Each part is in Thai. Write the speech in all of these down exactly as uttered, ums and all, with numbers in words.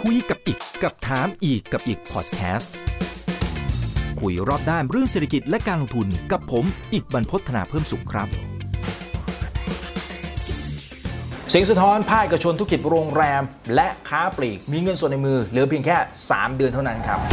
คุยกับอีกกับถามอีกกับอีกพอดแคสต์คุยรอบด้านเรื่องเศรษฐกิจและการลงทุนกับผมอีกบรรพต ธนาเพิ่มสุขครับเสียงสะท้อนภาคเอกชนธุรกิจโรงแรมและค้าปลีกมีเงินสดในมือเหลือเพียงแค่สามเดือนเท่านั้นครับ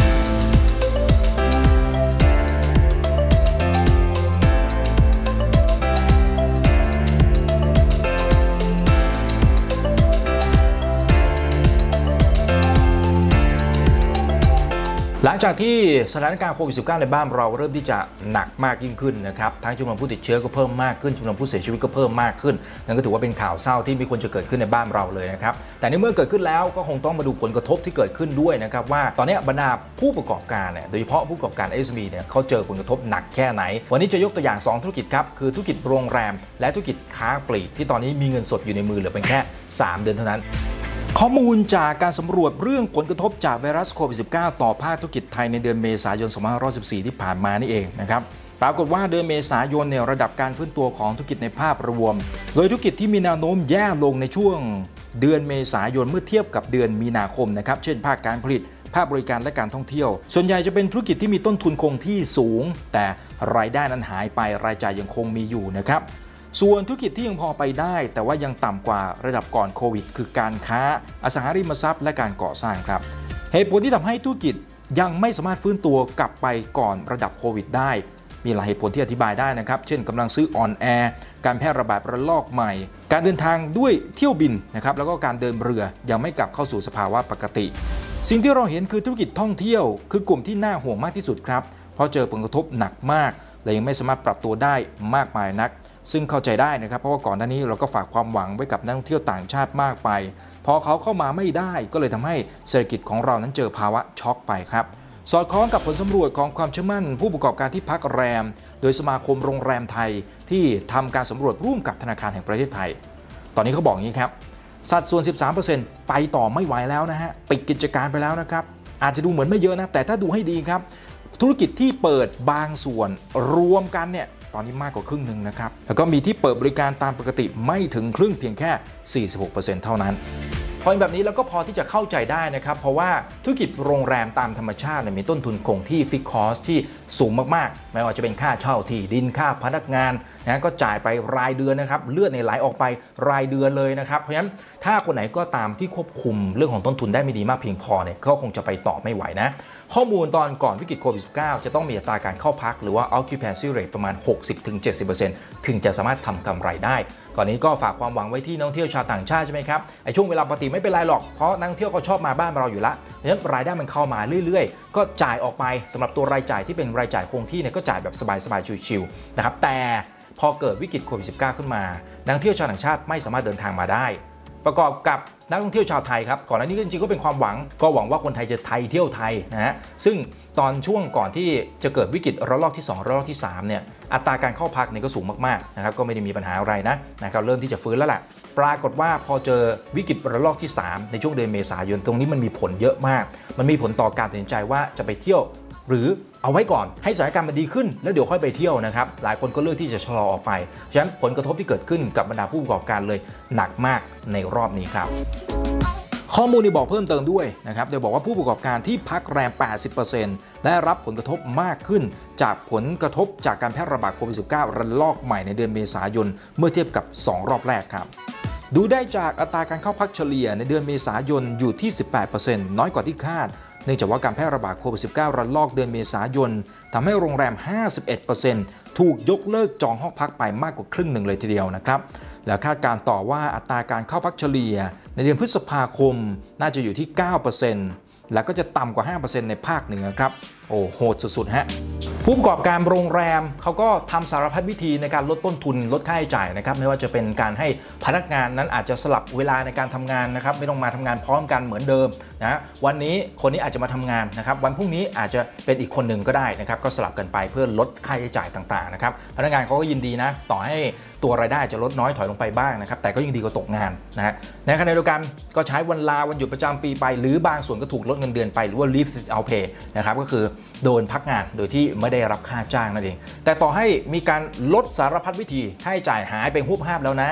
หลังจากที่สถานการณ์โควิด สิบเก้า ในบ้านเราเริ่มที่จะหนักมากยิ่งขึ้นนะครับทั้งจำนวนผู้ติดเชื้อก็เพิ่มมากขึ้นจำนวนผู้เสียชีวิตก็เพิ่มมากขึ้นนั่นก็ถือว่าเป็นข่าวเศร้าที่ไม่ควรจะเกิดขึ้นในบ้านเราเลยนะครับแต่ในเมื่อเกิดขึ้นแล้วก็คงต้องมาดูผลกระทบที่เกิดขึ้นด้วยนะครับว่าตอนนี้บรรดาผู้ประกอบการเนี่ยโดยเฉพาะผู้ประกอบการ เอส เอ็ม อี เนี่ยเขาเจอผลกระทบหนักแค่ไหนวันนี้จะยกตัวอย่างสองธุรกิจครับคือธุรกิจโรงแรมและธุรกิจค้าปลีกที่ตอนนี้มีเงินสดอยู่ในมือเหลือเพียงแค่สามเดือนเท่านั้นข้อมูลจากการสำรวจเรื่องผลกระทบจากไวรัสโควิด สิบเก้า ต่อภาคธุรกิจไทยในเดือนเมษายน สองพันห้าร้อยสิบสี่ ที่ผ่านมานี่เองนะครับปรากฏว่าเดือนเมษายนเนี่ยระดับการฟื้นตัวของธุรกิจในภาพรวมโดยธุรกิจที่มีแนวโน้มแย่ลงในช่วงเดือนเมษายนเมื่อเทียบกับเดือนมีนาคมนะครับเช่นภาคการผลิตภาคบริการและการท่องเที่ยวส่วนใหญ่จะเป็นธุรกิจที่มีต้นทุนคงที่สูงแต่รายได้นั้นหายไปรายจ่ายยังคงมีอยู่นะครับส่วนธุรกิจที่ยังพอไปได้แต่ว่ายังต่ำกว่าระดับก่อนโควิดคือการค้าอสังหาริมทรัพย์และการก่อสร้างครับเหตุผลที่ทำให้ธุรกิจยังไม่สามารถฟื้นตัวกลับไปก่อนระดับโควิดได้มีหลายเหตุผลที่อธิบายได้นะครับเช่นกำลังซื้ออ่อนแอการแพร่ระบาดระลอกใหม่การเดินทางด้วยเที่ยวบินนะครับแล้วก็การเดินเรือยังไม่กลับเข้าสู่สภาวะปกติสิ่งที่เราเห็นคือธุรกิจท่องเที่ยวคือกลุ่มที่น่าห่วงมากที่สุดครับเพราะเจอผลกระทบหนักมากและยังไม่สามารถปรับตัวได้มากมายนักซึ่งเข้าใจได้นะครับเพราะว่าก่อนหน้านี้เราก็ฝากความหวังไว้กับนักท่องเที่ยวต่างชาติมากไปพอเขาเข้ามาไม่ได้ก็เลยทำให้เศรษฐกิจของเรานั้นเจอภาวะช็อกไปครับสอดคล้องกับผลสำรวจของความเชื่อมั่นผู้ประกอบการที่พักแรมโดยสมาคมโรงแรมไทยที่ทำการสำรวจร่วมกับธนาคารแห่งประเทศไทยตอนนี้เขาบอกอย่างนี้ครับสัดส่วน สิบสามเปอร์เซ็นต์ ไปต่อไม่ไหวแล้วนะฮะปิดกิจการไปแล้วนะครับอาจจะดูเหมือนไม่เยอะนะแต่ถ้าดูให้ดีครับธุรกิจที่เปิดบางส่วนรวมกันเนี่ยตอนนี้มากกว่าครึ่งหนึ่งนะครับแล้วก็มีที่เปิดบริการตามปกติไม่ถึงครึ่งเพียงแค่ สี่สิบหกเปอร์เซ็นต์ เท่านั้นพอแบบนี้แล้วก็พอที่จะเข้าใจได้นะครับเพราะว่าธุรกิจโรงแรมตามธรรมชาติมีต้นทุนคงที่ฟิกคอสที่สูงมากๆไม่ว่าจะเป็นค่าเช่าที่ดินค่าพนักงานนะก็จ่ายไปรายเดือนนะครับเลือดในไหลออกไปรายเดือนเลยนะครับเพราะฉะนั้นถ้าคนไหนก็ตามที่ควบคุมเรื่องของต้นทุนได้ไม่ดีมากเพียงพอเนี่ยก็คงจะไปต่อไม่ไหวนะข้อมูลตอนก่อนวิกฤตโควิด สิบเก้า จะต้องมีอัตราการเข้าพักหรือว่า occupancy rate ประมาณ หกสิบถึงเจ็ดสิบเปอร์เซ็นต์ ถึงจะสามารถทำกำไรได้ก่อนนี้ก็ฝากความหวังไว้ที่นักท่องเที่ยวชาวต่างชาติใช่ไหมครับไอ้ช่วงเวลาปกติไม่เป็นไรหรอกเพราะนักท่องเที่ยวเขาชอบมาบ้านเราอยู่แล้วเพราะฉะนั้นรายได้มันเข้ามาเรื่อยๆก็จ่ายออกไปสำหรับตัวรายจ่ายที่เป็นรายจ่ายคงที่เนี่ยก็จ่ายแบบสบายๆชิวๆนะครับแต่พอเกิดวิกฤตโควิด สิบเก้า ขึ้นมานักท่องเที่ยวชาวต่างชาติไม่สามารถเดินทางมาได้ประกอบกับนักท่องเที่ยวชาวไทยครับก่อนหน้านี้จริงๆก็เป็นความหวังก็หวังว่าคนไทยจะไทยเที่ยวไทยนะฮะซึ่งตอนช่วงก่อนที่จะเกิดวิกฤตระลอกที่สองระลอกที่สามเนี่ยอัตราการเข้าพักเนี่ยก็สูงมากๆนะครับก็ไม่ได้มีปัญหาอะไรนะนะครับเริ่มที่จะฟื้นแล้วแหละปรากฏว่าพอเจอวิกฤตระลอกที่สามในช่วงเดือนเมษายนตรงนี้มันมีผลเยอะมากมันมีผลต่อการตัดสินใจว่าจะไปเที่ยวหรือเอาไว้ก่อนให้สถานการณ์มันดีขึ้นแล้วเดี๋ยวค่อยไปเที่ยวนะครับหลายคนก็เลือกที่จะชะลอออกไปฉะนั้นผลกระทบที่เกิดขึ้นกับบรรดาผู้ประกอบการเลยหนักมากในรอบนี้ครับข้อมูลนี้บอกเพิ่มเติมด้วยนะครับโดยบอกว่าผู้ประกอบการที่พักแรม แปดสิบเปอร์เซ็นต์ ได้รับผลกระทบมากขึ้นจากผลกระทบจากการแพร่ระบาดโควิด สิบเก้า ระลอกใหม่ในเดือนเมษายนเมื่อเทียบกับสองรอบแรกครับดูได้จากอัตราการเข้าพักเฉลี่ยในเดือนเมษายนอยู่ที่ สิบแปดเปอร์เซ็นต์ น้อยกว่าที่คาดเนื่องจากว่าการแพร่ระบาดโควิด สิบเก้า ระลอกเดือนเมษายนทำให้โรงแรม ห้าสิบเอ็ดเปอร์เซ็นต์ ถูกยกเลิกจองห้องพักไปมากกว่าครึ่งหนึ่งเลยทีเดียวนะครับแล้วคาดการต่อว่าอัตราการเข้าพักเฉลี่ยในเดือนพฤษภาคมน่าจะอยู่ที่ เก้าเปอร์เซ็นต์ แล้วก็จะต่ำกว่า ห้าเปอร์เซ็นต์ ในภาคเหนือครับโอ้โหดสุดๆฮะผู้ประกอบการโรงแรมเขาก็ทำสารพัดวิธีในการลดต้นทุนลดค่าใช้จ่ายนะครับไม่ว่าจะเป็นการให้พนักงานนั้นอาจจะสลับเวลาในการทำงานนะครับไม่ต้องมาทำงานพร้อมกันเหมือนเดิมนะวันนี้คนนี้อาจจะมาทำงานนะครับวันพรุ่งนี้อาจจะเป็นอีกคนหนึ่งก็ได้นะครับก็สลับกันไปเพื่อลดค่าใช้จ่ายต่างๆนะครับพนักงานเขาก็ยินดีนะต่อให้ตัวรายได้จะลดน้อยถอยลงไปบ้างนะครับแต่ก็ยังดีกว่าตกงานนะฮะในขณะเดียวกันก็ใช้วันลาวันหยุดประจำปีไปหรือบางส่วนก็ถูกลดเงินเดือนไปหรือว่า leave without pay นะครับก็คือโดนพักงานโดยที่ไม่ได้รับค่าจ้างนั่นเองแต่ต่อให้มีการลดสารพัดวิธีค่าใช้จ่ายหายไปหุบหาบแล้วนะ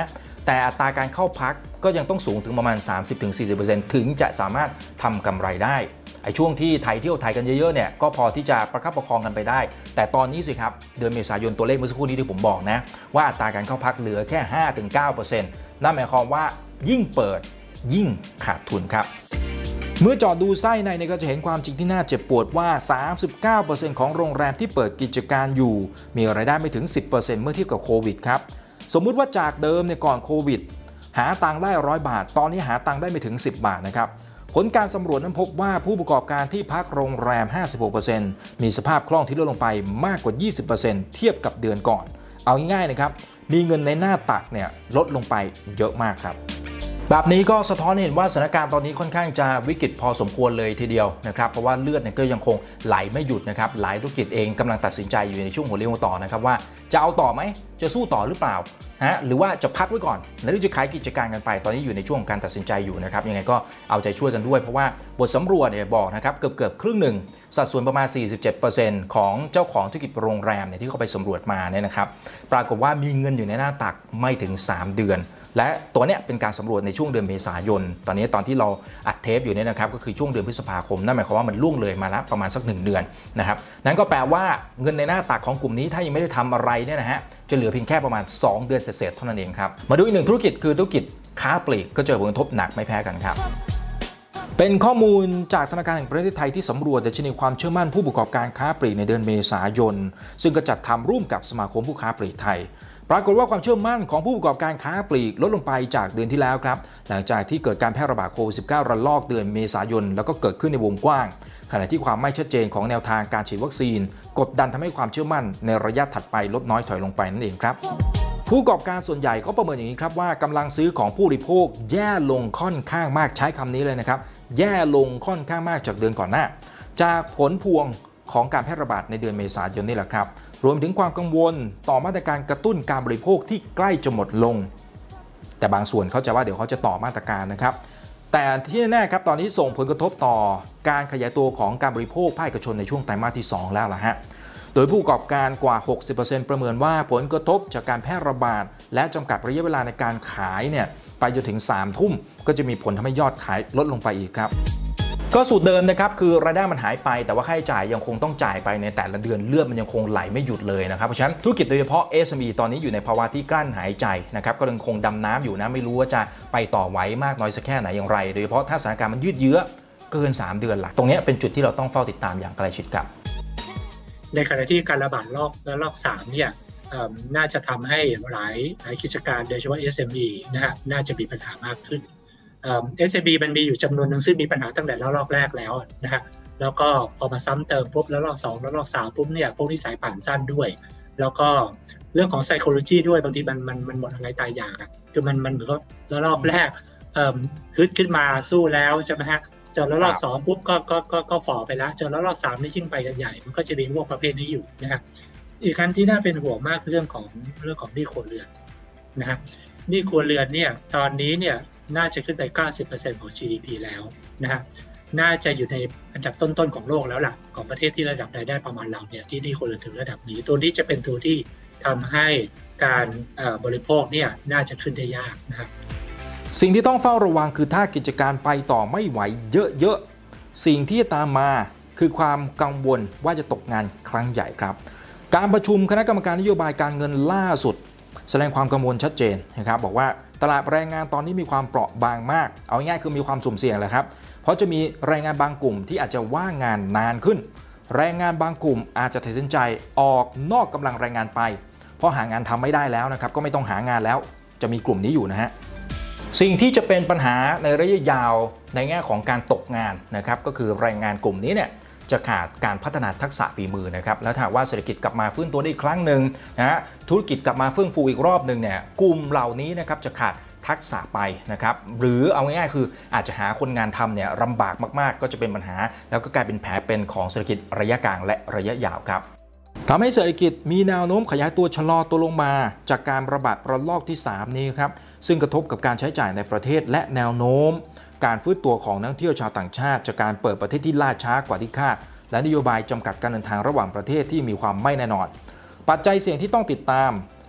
แต่อัตราการเข้าพักก็ยังต้องสูงถึงประมาณ สามสิบถึงสี่สิบเปอร์เซ็นต์ ถึงจะสามารถทำกำไรได้ไอ้ช่วงที่ไทยเที่ยวไทยกันเยอะๆเนี่ยก็พอที่จะประคับประคองกันไปได้แต่ตอนนี้สิครับเดือนเมษายนตัวเลขเมื่อสักครู่นี้ที่ผมบอกนะว่าอัตราการเข้าพักเหลือแค่ ห้าถึงเก้าเปอร์เซ็นต์ นั่นหมายความว่ายิ่งเปิดยิ่งขาดทุนครับเมื่อเจาะดูไส้ในก็จะเห็นความจริงที่น่าเจ็บปวดว่า สามสิบเก้าเปอร์เซ็นต์ ของโรงแรมที่เปิดกิจการอยู่มีรายได้ไม่ถึง สิบเปอร์เซ็นต์ เมื่อเทียบกับโควิดครับสมมุติว่าจากเดิมเนี่ยก่อนโควิดหาตังค์ได้ร้อยบาทตอนนี้หาตังค์ได้ไม่ถึงสิบบาทนะครับผลการสำรวจนั้นพบว่าผู้ประกอบการที่พักโรงแรม ห้าสิบหกเปอร์เซ็นต์ มีสภาพคล่องที่ลดลงไปมากกว่า ยี่สิบเปอร์เซ็นต์ เทียบกับเดือนก่อนเอาง่ายๆนะครับมีเงินในหน้าตักเนี่ยลดลงไปเยอะมากครับแบบนี้ก็สะท้อนเห็นว่าสถานการณ์ตอนนี้ค่อนข้างจะวิกฤตพอสมควรเลยทีเดียวนะครับเพราะว่าเลือดเนี่ยก็ยังคงไหลไม่หยุดนะครับหลายธุรกิจเองกำลังตัดสินใจอยู่ในช่วงหัวเลี้ยวต่อนะครับว่าจะเอาต่อไหมจะสู้ต่อหรือเปล่าฮะหรือว่าจะพักไว้ก่อนแล้วจะขายกิจการกันไปตอนนี้อยู่ในช่วงการตัดสินใจอยู่นะครับยังไงก็เอาใจช่วยกันด้วยเพราะว่าบทสำรวจเนี่ยบอกนะครับเกือบเกือบครึ่งหนึ่งสัดส่วนประมาณ สี่สิบเจ็ดเปอร์เซ็นต์ ของเจ้าของธุรกิจโรงแรมเนี่ยที่เขาไปสำรวจมาเนี่ยนะครับปรากฏว่ามีเงินอยู่ในหน้าตักไม่ถึงสามเดือนและตัวเนี้ยเป็นการสำรวจในช่วงเดือนเมษายนตอนนี้ตอนที่เราอัดเทปอยู่เนี่ยนะครับก็คือช่วงเดือนพฤษภาคมนั่นหมายความว่ามันล่วงเลยมาแล้วประมาณสักหนึ่งเดือนนะครับนั้นก็แปลว่าเงินในหน้าตักของกลุ่มนี้ถ้ายังไม่ได้ทำอะไรเนี่ยนะฮะจะเหลือเพียงแค่ประมาณสองเดือนเศษๆเท่านั้นเองครับมาดูอีกหนึ่งธุรกิจคือธุรกิจค้าปลีกก็เจอผลกระทบหนักไม่แพ้กันครับเป็นข้อมูลจากธนาคารแห่งประเทศไทยที่สำรวจดัชนีความเชื่อมั่นผู้ประกอบการค้าปลีกในเดือนเมษายนซึ่งก็จัดทำร่วมกับสมาคมผู้ค้าปลีกไทยปรากฏว่าความเชื่อมั่นของผู้ประกอบการค้าปลีกลดลงไปจากเดือนที่แล้วครับหลังจากที่เกิดการแพร่ระบาดโควิด สิบเก้า ระลอกเดือนเมษายนแล้วก็เกิดขึ้นในวงกว้างขณะที่ความไม่ชัดเจนของแนวทางการฉีดวัคซีนกดดันทำให้ความเชื่อมั่นในระยะถัดไปลดน้อยถอยลงไปนั่นเองครับผู้ประกอบการส่วนใหญ่เขาประเมินอย่างนี้ครับว่ากำลังซื้อของผู้บริโภคแย่ลงค่อนข้างมากใช้คำนี้เลยนะครับแย่ลงค่อนข้างมากจากเดือนก่อนหน้าจากผลพวงของการแพร่ระบาดในเดือนเมษายนนี่แหละครับรวมถึงความกังวลต่อมาตรการกระตุ้นการบริโภคที่ใกล้จะหมดลงแต่บางส่วนเขาจะว่าเดี๋ยวเขาจะต่อมาตรการนะครับแต่ที่แน่ๆครับตอนนี้ส่งผลกระทบต่อการขยายตัวของการบริโภคภาคเอกชนในช่วงไตรมาสที่สองแล้วล่ะฮะโดยผู้ประกอบการกว่า หกสิบเปอร์เซ็นต์ ประเมินว่าผลกระทบจากการแพร่ระบาดและจำกัดระยะเวลาในการขายเนี่ยไปจนถึงสามทุ่มก็จะมีผลทำให้ยอดขายลดลงไปอีกครับก็สูตรเดิมนะครับคือรายได้มันหายไปแต่ว่าค่าใช้จ่ายยังคงต้องจ่ายไปในแต่ละเดือนเลือดมันยังคงไหลไม่หยุดเลยนะครับเพราะฉะนั้นธุรกิจโดยเฉพาะ เอส เอ็ม อี ตอนนี้อยู่ในภาวะที่กลั้นหายใจนะครับก็ยังคงดำน้ำอยู่นะไม่รู้ว่าจะไปต่อไหวมากน้อยสักแค่ไหนอย่างไรโดยเฉพาะถ้าสถานการณ์มันยืดเยื้อเกินสามเดือนหลักตรงนี้เป็นจุดที่เราต้องเฝ้าติดตามอย่างใกล้ชิดครับในขณะที่การระบาดรอบและรอบสามเนี่ยน่าจะทำให้หลายหลายกิจการโดยเฉพาะ เอส เอ็ม อี นะฮะน่าจะมีปัญหามากขึ้นเอ่อ เอส เอ็ม อี มันมีอยู่จำนวนหนึ่งซึ่งมีปัญหาตั้งแต่รอบแรกแล้วนะฮะแล้วก็พอมาซ้ำเติมปุ๊บแล้วรอบสองแล้วรอบสามปุ๊บเนี่ยพวกนี้สายป่านสั้นด้วยแล้วก็เรื่องของ psychology ด้วยบางทีมันมันมันหมดอะไรตายอยากอ่ะคือมันมันเหมือนกับแล้วรอบแรกเอ่อฮึดขึ้นมาสู้แล้วใช่ไหมฮะเจอแล้วรอบสองปุ๊บก็ก็ก็ก็ฝ่อไปแล้วเจอแล้วรอบสามนี่ยิ่งไปกันใหญ่มันก็จะมีพวกประเภทนี้อยู่นะครับอีกขั้นที่น่าเป็นห่วงมากเรื่องของเรื่องของหนี้ครัวเรือนนะครับหนี้ครัวเรือนเนี่ยตอนนี้เนี่ยน่าจะขึ้นไป เก้าสิบเปอร์เซ็นต์ ของ จี ดี พี แล้วนะฮะน่าจะอยู่ในอันดับต้นๆของโลกแล้วล่ะของประเทศที่ระดับรายได้ประมาณเราเนี่ยที่หนี้ครัวเรือนถึงระดับนี้ตัวนี้จะเป็นตัวที่ทำให้การบริโภคเนี่ยน่าจะขึ้นได้ยากนะครับสิ่งที่ต้องเฝ้าระวังคือถ้ากิจการไปต่อไม่ไหวเยอะๆสิ่งที่ตามมาคือความกังวลว่าจะตกงานครั้งใหญ่ครับการประชุมคณะกรรมการนโยบายการเงินล่าสุดแสดงความกังวลชัดเจนนะครับบอกว่าตลาดแรงงานตอนนี้มีความเปราะบางมากเอาง่ายๆคือมีความสุ่มเสี่ยงแหละครับเพราะจะมีแรงงานบางกลุ่มที่อาจจะว่างงานนานขึ้นแรงงานบางกลุ่มอาจจะตัดสินใจออกนอกกำลังแรงงานไปเพราะหางานทำไม่ได้แล้วนะครับก็ไม่ต้องหางานแล้วจะมีกลุ่มนี้อยู่นะฮะสิ่งที่จะเป็นปัญหาในระยะยาวในแง่ของการตกงานนะครับก็คือแรงงานกลุ่มนี้เนี่ยจะขาดการพัฒนาทักษะฝีมือนะครับแล้วถ้าว่าเศรษฐกิจกลับมาฟื้นตัวได้อีกครั้งหนึ่งนะฮะธุรกิจกลับมาเฟื่องฟูอีกรอบหนึ่งเนี่ยกลุ่มเหล่านี้นะครับจะขาดทักษะไปนะครับหรือเอาง่ายๆคืออาจจะหาคนงานทำเนี่ยลำบากมากๆก็จะเป็นปัญหาแล้วก็กลายเป็นแผลเป็นของเศรษฐกิจระยะกลางและระยะยาวครับทำให้เศรษฐกิจมีแนวโน้มขยายตัวชะลอตัวลงมาจากการระบาดระลอกที่สามนี้ครับซึ่งกระทบกับการใช้จ่ายในประเทศและแนวโน้มการฟื้นตัวของนักท่องเที่ยวชาวต่างชาติจากการเปิดประเทศที่ล่าช้ากว่าที่คาดและนโยบายจำกัดการเดินทางระหว่างประเทศที่มีความไม่แน่นอนปัจจัยเสี่ยงที่ต้องติดตาม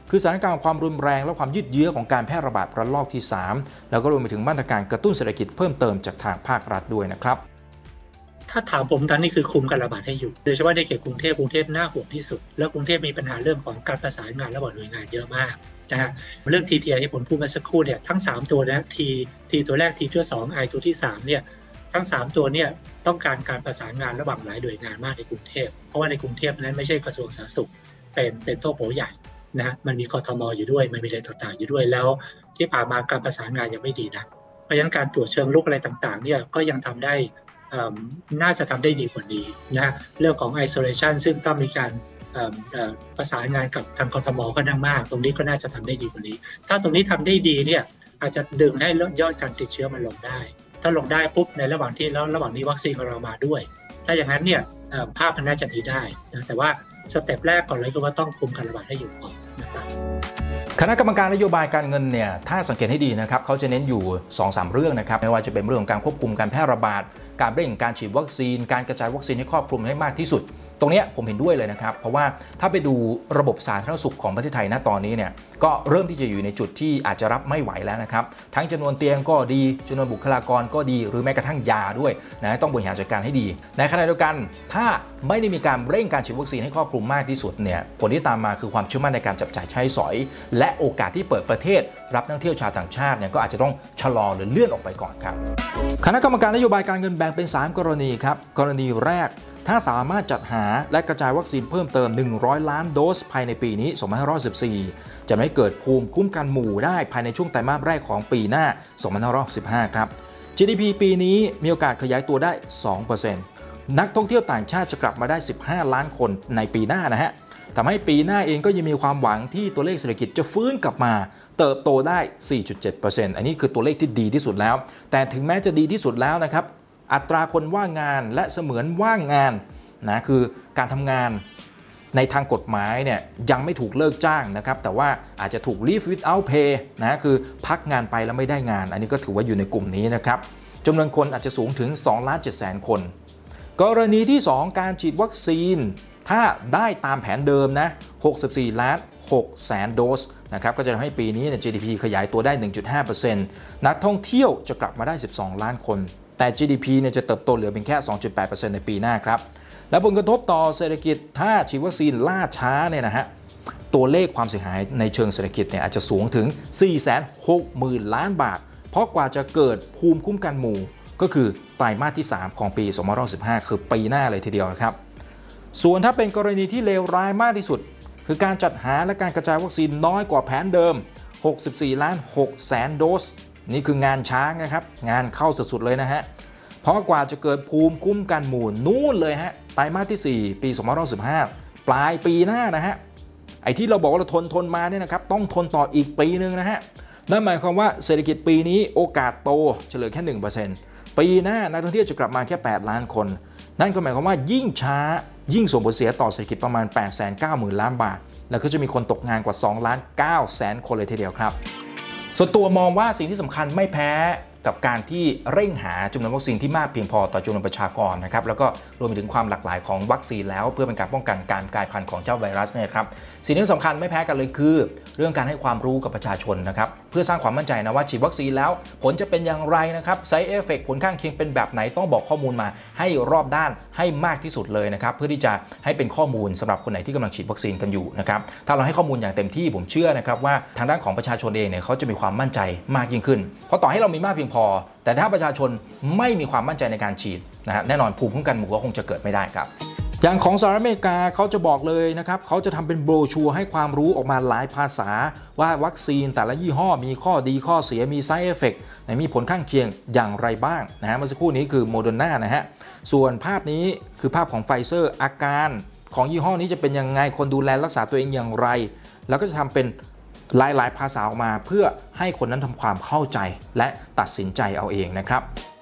คือสถานการณ์ความรุนแรงและความยืดเยื้อของการแพร่ระบาดระลอกที่สามแล้วก็รวมไปถึงมาตรการกระตุ้นเศรษฐกิจเพิ่มเติมจากทางภาครัฐด้วยนะครับถ้าถามผมตอนนี้คือคุมการระบาดให้อยู่โดยเฉพาะในเขตกรุงเทพกรุงเทพน่าห่วงที่สุดแล้วกรุงเทพมีปัญหาเรื่องของการประสานงานระหว่างหน่วยงานเยอะมากนะฮะเรื่อง ที ที ไอ ที่ผมพูดเมื่อสักครู่เนี่ยทั้งสามตัวนะ T T ตัวแรก T ตัวสอง I ตัวที่สามเนี่ยทั้งสามตัวเนี่ยต้องการการประสานงานระหว่างหลายหน่วยงานมากในกรุงเทพเพราะว่าในกรุงเทพนั้นไม่ใช่กระทรวงสาธารณสุขเป็นเป็นโต๊ะโผใหญ่นะฮะมันมีกทมอยู่ด้วยมันมีอะไรต่างๆอยู่ด้วยแล้วที่ผ่านมาการประสานงานยังไม่ดีนะเพราะฉะนั้นการตรวจเชิงลุกอะไรต่างๆเนี่ยก็ยังทำได้น่าจะทำได้ดีกว่านี้นะเรื่องของ isolation ซึ่งต้องมีการประสานงานกับทางกทมก็น่ามากตรงนี้ก็น่าจะทำได้ดีกว่านี้ถ้าตรงนี้ทำได้ดีเนี่ยอาจจะดึงให้ยอดการติดเชื้อมันลงได้ถ้าลงได้ปุ๊บในระหว่างที่แล้วระหว่างนี้วัคซีนของเรามาด้วยถ้าอย่างนั้นเนี่ยภาพมันน่าจะดีได้นะแต่ว่าสเต็ปแรกก่อนเลยก็ว่าต้องคุมการระบาดให้อยู่ก่อนนะครับคณะกรรมการนโยบายการเงินเนี่ยถ้าสังเกตให้ดีนะครับเขาจะเน้นอยู่ สองสาม เรื่องนะครับไม่ว่าจะเป็นเรื่องของการควบคุมการแพร่ระบาดการเร่งการฉีดวัคซีนการกระจายวัคซีนให้ครอบคลุมให้มากที่สุดตรงนี้ผมเห็นด้วยเลยนะครับเพราะว่าถ้าไปดูระบบสาธารณสุขของประเทศไทยณตอนนี้เนี่ยก็เริ่มที่จะอยู่ในจุดที่อาจจะรับไม่ไหวแล้วนะครับทั้งจำนวนเตียงก็ดีจำนวนบุคลากรก็ดีหรือแม้กระทั่งยาด้วยนะต้องบริหารจัดการให้ดีในขณะเดียวกันถ้าไม่ได้มีการเร่งการฉีดวัคซีนให้ครอบคลุมมากที่สุดเนี่ยผลที่ตามมาคือความเชื่อมั่นในการจับจ่ายใช้สอยและโอกาสที่เปิดประเทศรับนักท่องเที่ยวชาวต่างชาติเนี่ยก็อาจจะต้องชะลอหรือเลื่อนออกไปก่อนครับคณะกรรมการนโยบายการเงินแบ่งเป็นสามกรณีครับกรณีแรกถ้าสามารถจัดหาและกระจายวัคซีนเพิ่มเติมหนึ่งร้อยล้านโดสภายในปีนี้สองพันห้าร้อยสิบสี่จะไม่เกิดภูมิคุ้มกันหมู่ได้ภายในช่วงไตรมาสแรกของปีหน้าสองพันห้าร้อยสิบห้าครับ จี ดี พี ปีนี้มีโอกาสขยายตัวได้ สองเปอร์เซ็นต์ นักท่องเที่ยวต่างชาติจะกลับมาได้สิบห้าล้านคนในปีหน้านะฮะทำให้ปีหน้าเองก็ยังมีความหวังที่ตัวเลขเศรษฐกิจจะฟื้นกลับมาเติบโตได้ สี่จุดเจ็ดเปอร์เซ็นต์ อันนี้คือตัวเลขที่ดีที่สุดแล้วแต่ถึงแม้จะดีที่สุดแล้วนะครับอัตราคนว่างงานและเสมือนว่างงานนะคือการทำงานในทางกฎหมายเนี่ยยังไม่ถูกเลิกจ้างนะครับแต่ว่าอาจจะถูก leave without pay นะคือพักงานไปแล้วไม่ได้งานอันนี้ก็ถือว่าอยู่ในกลุ่มนี้นะครับจำนวนคนอาจจะสูงถึง สองล้านเจ็ดแสน คนกรณีที่สองการฉีดวัคซีนถ้าได้ตามแผนเดิมนะหกสิบสี่ล้านหกแสนโดสนะครับก็จะทำให้ปีนี้เนี่ย จี ดี พี ขยายตัวได้ หนึ่งจุดห้าเปอร์เซ็นต์ นักท่องเที่ยวจะกลับมาได้สิบสองล้านคนแต่ จี ดี พี เนี่ยจะเติบโตเหลือเพียงแค่ สองจุดแปดเปอร์เซ็นต์ ในปีหน้าครับและผลกระทบต่อเศรษฐกิจถ้าฉีดวัคซีนล่าช้าเนี่ยนะฮะตัวเลขความเสียหายในเชิงเศรษฐกิจเนี่ยอาจจะสูงถึง สี่แสนหกหมื่น ล้านบาทเพราะกว่าจะเกิดภูมิคุ้มกันหมู่ก็คือไตรมาสที่สามของปีสองพันห้าร้อยสิบห้าคือปีหน้าเลยทีเดียวนะครับส่วนถ้าเป็นกรณีที่เลวร้ายมากที่สุดคือการจัดหาและการกระจายวัคซีนน้อยกว่าแผนเดิมหกสิบสี่ล้านหกแสนโดสนี่คืองานช้างนะครับงานเข้าสุดๆเลยนะฮะเพราะกว่าจะเกิดภูมิคุ้มกันหมู่นู่นเลยฮะไตรมาสที่สี่ปีสองพันห้าร้อยสิบห้าปลายปีหน้านะฮะไอ้ที่เราบอกว่าเราทนทนมาเนี่ยนะครับต้องทนต่ออีกปีนึงนะฮะนั่นหมายความว่าเศรษฐกิจปีนี้โอกาสโตเฉลี่ยแค่ หนึ่งเปอร์เซ็นต์ ปีหน้านักท่องเที่ยวจะกลับมาแค่แปดล้านคนนั่นก็หมายความว่ายิ่งช้ายิ่งส่งผลเสียต่อเศรษฐกิจประมาณ แปดแสนเก้าหมื่น ล้านบาทแล้วก็จะมีคนตกงานกว่า สองล้านเก้าแสนคนเลยทีเดียวครับส่วนตัวมองว่าสิ่งที่สำคัญไม่แพ้กับการที่เร่งหาจำนวนวัคซีนที่มากเพียงพอต่อจำนวนประชากรนะครับแล้วก็รวมไปถึงความหลากหลายของวัคซีนแล้วเพื่อเป็นการป้องกันการกลายพันธุ์ของเจ้าไวรัสเนี่ยครับสิ่งที่สำคัญไม่แพ้กันเลยคือเรื่องการให้ความรู้กับประชาชนนะครับเพื่อสร้างความมั่นใจนะว่าฉีดวัคซีนแล้วผลจะเป็นอย่างไรนะครับ side effect ผลข้างเคียงเป็นแบบไหนต้องบอกข้อมูลมาให้รอบด้านให้มากที่สุดเลยนะครับเพื่อที่จะให้เป็นข้อมูลสำหรับคนไหนที่กำลังฉีดวัคซีนกันอยู่นะครับถ้าเราให้ข้อมูลอย่างเต็มที่ผมเชื่อนะครับว่าทางด้านของประชาชนเองเนี่ยเขาจะมีความมั่นใจมากยิ่งขึ้นเพราะต่อให้เรามีมากเพียงพอแต่ถ้าประชาชนไม่มีความมั่นใจในการฉีดนะฮะแน่นอนภูมิคุ้มกันหมู่ก็คงจะเกิดไม่ได้ครับอย่างของสหรัฐอเมริกาเขาจะบอกเลยนะครับเขาจะทำเป็นโบรชัวร์ให้ความรู้ออกมาหลายภาษาว่าวัคซีนแต่ละยี่ห้อมีข้อดีข้อเสียมี side effect มีผลข้างเคียงอย่างไรบ้างนะฮะเมื่อสักครู่นี้คือโมเดอร์นานะฮะส่วนภาพนี้คือภาพของไฟเซอร์อาการของยี่ห้อนี้จะเป็นยังไงคนดูแลรักษาตัวเองอย่างไรแล้วก็จะทำเป็นหลายๆภาษาออกมาเพื่อให้คนนั้นทำความเข้าใจและตัดสินใจเอาเองนะครับ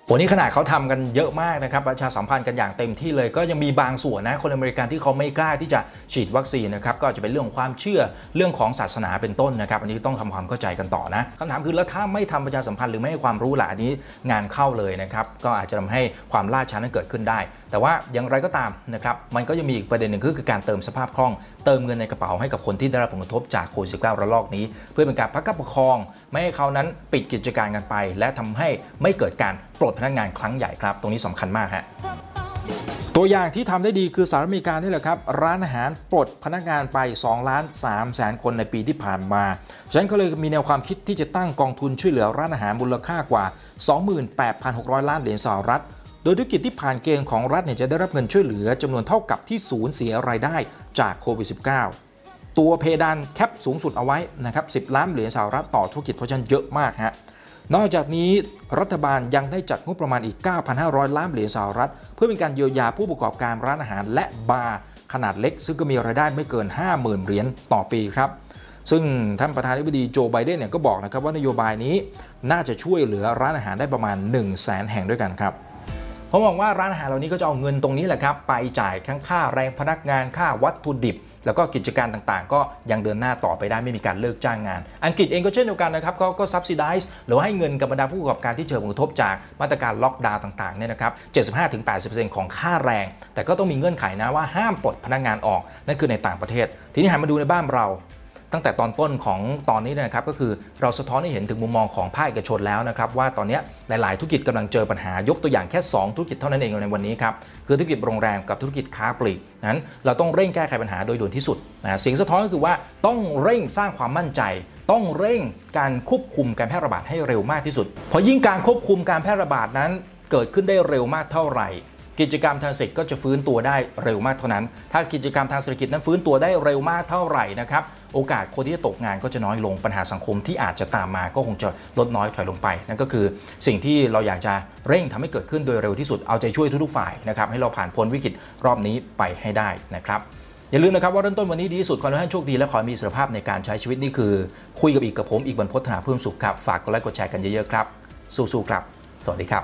โอ้นี่ขนาดเขาทำกันเยอะมากนะครับประชาสัมพันธ์กันอย่างเต็มที่เลยก็ยังมีบางส่วนนะคนอเมริกันที่เขาไม่กล้าที่จะฉีดวัคซีนนะครับก็อาจจะเป็นเรื่องของความเชื่อเรื่องของศาสนาเป็นต้นนะครับอันนี้ต้องทำความเข้าใจกันต่อนะคำถามคือแล้วถ้าไม่ทำประชาสัมพันธ์หรือไม่ให้ความรู้หล่ะอันนี้งานเข้าเลยนะครับก็อาจจะทำให้ความล่าช้านั้นเกิดขึ้นได้แต่ว่าอย่างไรก็ตามนะครับมันก็ยังมีอีกประเด็นหนึ่งคือการเติมสภาพคล่องเติมเงินในกระเป๋าให้กับคนที่ได้รับผลกระทบจากโควิด สิบเก้า ระลอกนี้เพื่อเป็นการประคับประคองไม่ให้เขานั้นปิดกิจการกันไปและทำให้ไม่เกิดการปลดพนักงานครั้งใหญ่ครับตรงนี้สำคัญมากฮะตัวอย่างที่ทำได้ดีคือสหรัฐอเมริกานี่แหละครับร้านอาหารปลดพนักงานไปสองล้านสามแสนคนในปีที่ผ่านมาฉะนั้นก็เลยมีแนวความคิดที่จะตั้งกองทุนช่วยเหลือร้านอาหารมูลค่ากว่า สองหมื่นแปดพันหกร้อย ล้านเหรียญสหรัฐโดยธุรกิจที่ผ่านเกณฑ์ของรัฐเนี่ยจะได้รับเงินช่วยเหลือจำนวนเท่ากับที่สูญเสียรายได้จากโควิด สิบเก้า ตัวเพดานแคปสูงสุดเอาไว้นะครับสิบล้านเหรียญสหรัฐต่อธุรกิจเพราะฉะนั้นเยอะมากฮะนอกจากนี้รัฐบาลยังได้จัดงบประมาณอีก เก้าพันห้าร้อย ล้านเหรียญสหรัฐเพื่อเป็นการเยียวยาผู้ประกอบการร้านอาหารและบาร์ขนาดเล็กซึ่งก็มีรายได้ไม่เกิน ห้าหมื่น เหรียญต่อปีครับซึ่งท่านประธานาธิบดีโจไบเดนเนี่ยก็บอกนะครับว่านโยบายนี้น่าจะช่วยเหลือร้านอาหารได้ประมาณ หนึ่งแสน แห่งด้วยกันครับผมมองว่าร้านอาหารเหล่านี้ก็จะเอาเงินตรงนี้แหละครับไปจ่ายทั้งค่าแรงพนักงานค่าวัตถุดิบแล้วก็กิจการต่างๆก็ยังเดินหน้าต่อไปได้ไม่มีการเลิกจ้างงานอังกฤษเองก็เช่นเดียวกันนะครับเขาก็ subsidize หรือว่าให้เงินกับบรรดาผู้ประกอบการที่เจอผลกระทบจากมาตรการล็อกดาวน์ต่างๆเนี่ยนะครับ เจ็ดสิบห้าถึงแปดสิบเปอร์เซ็นต์ ของค่าแรงแต่ก็ต้องมีเงื่อนไขนะว่าห้ามปลดพนักงานออกนั่นคือในต่างประเทศทีนี้หันมาดูในบ้านเราตั้งแต่ตอนต้นของตอนนี้นะครับก็คือเราสะท้อนให้เห็นถึงมุมมองของภาคเอกชนแล้วนะครับว่าตอนนี้หลายๆธุรกิจกำลังเจอปัญหายกตัวอย่างแค่สองธุรกิจเท่านั้นเองในวันนี้ครับคือธุรกิจโรงแรมกับธุรกิจค้าปลีกนั้นเราต้องเร่งแก้ไขปัญหาโดยด่วนที่สุดนะสิ่งสะท้อนก็คือว่าต้องเร่งสร้างความมั่นใจต้องเร่งการควบคุมการแพร่ระบาดให้เร็วมากที่สุดเพราะยิ่งการควบคุมการแพร่ระบาดนั้นเกิดขึ้นได้เร็วมากเท่าไหร่กิจกรรมทางเศรษฐกิจก็จะฟื้นตัวได้เร็วมากเท่านั้นถ้ากิจกรรมทางเศรษฐกิจนั้นฟื้นตัวได้เร็วมากเท่าไหร่นะครับโอกาสคนที่จะตกงานก็จะน้อยลงปัญหาสังคมที่อาจจะตามมาก็คงจะลดน้อยถอยลงไปนั่นก็คือสิ่งที่เราอยากจะเร่งทำให้เกิดขึ้นโดยเร็วที่สุดเอาใจช่วยทุกๆฝ่ายนะครับให้เราผ่านพ้นวิกฤตรอบนี้ไปให้ได้นะครับอย่าลืมนะครับว่าเริ่มต้นวันนี้ดีที่สุดขอให้ท่านโชคดีและขอมีอิสรภาพในการใช้ชีวิตนี่คือคุยกับอีกกับผมอีกบรรพต ธนาเพิ่มสุขครับฝากกดไลค์กดแชร์กันเยอะๆครับสู้ๆครับสวัสดีครับ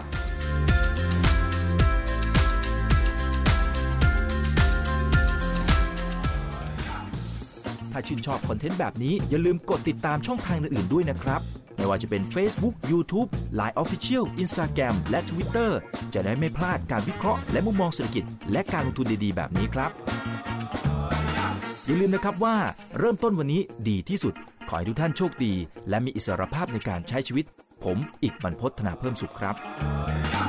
ถ้าชื่นชอบคอนเทนต์แบบนี้อย่าลืมกดติดตามช่องทางอื่นๆด้วยนะครับไม่ว่าจะเป็น Facebook, YouTube, ไลน์ Official, Instagram และ Twitter จะได้ไม่พลาดการวิเคราะห์และมุมมองเศรษฐกิจและการลงทุนดีๆแบบนี้ครับอย่าลืมนะครับว่าเริ่มต้นวันนี้ดีที่สุดขอให้ทุกท่านโชคดีและมีอิสรภาพในการใช้ชีวิตผมอีกบรรพต ธนาเพิ่มสุขครับ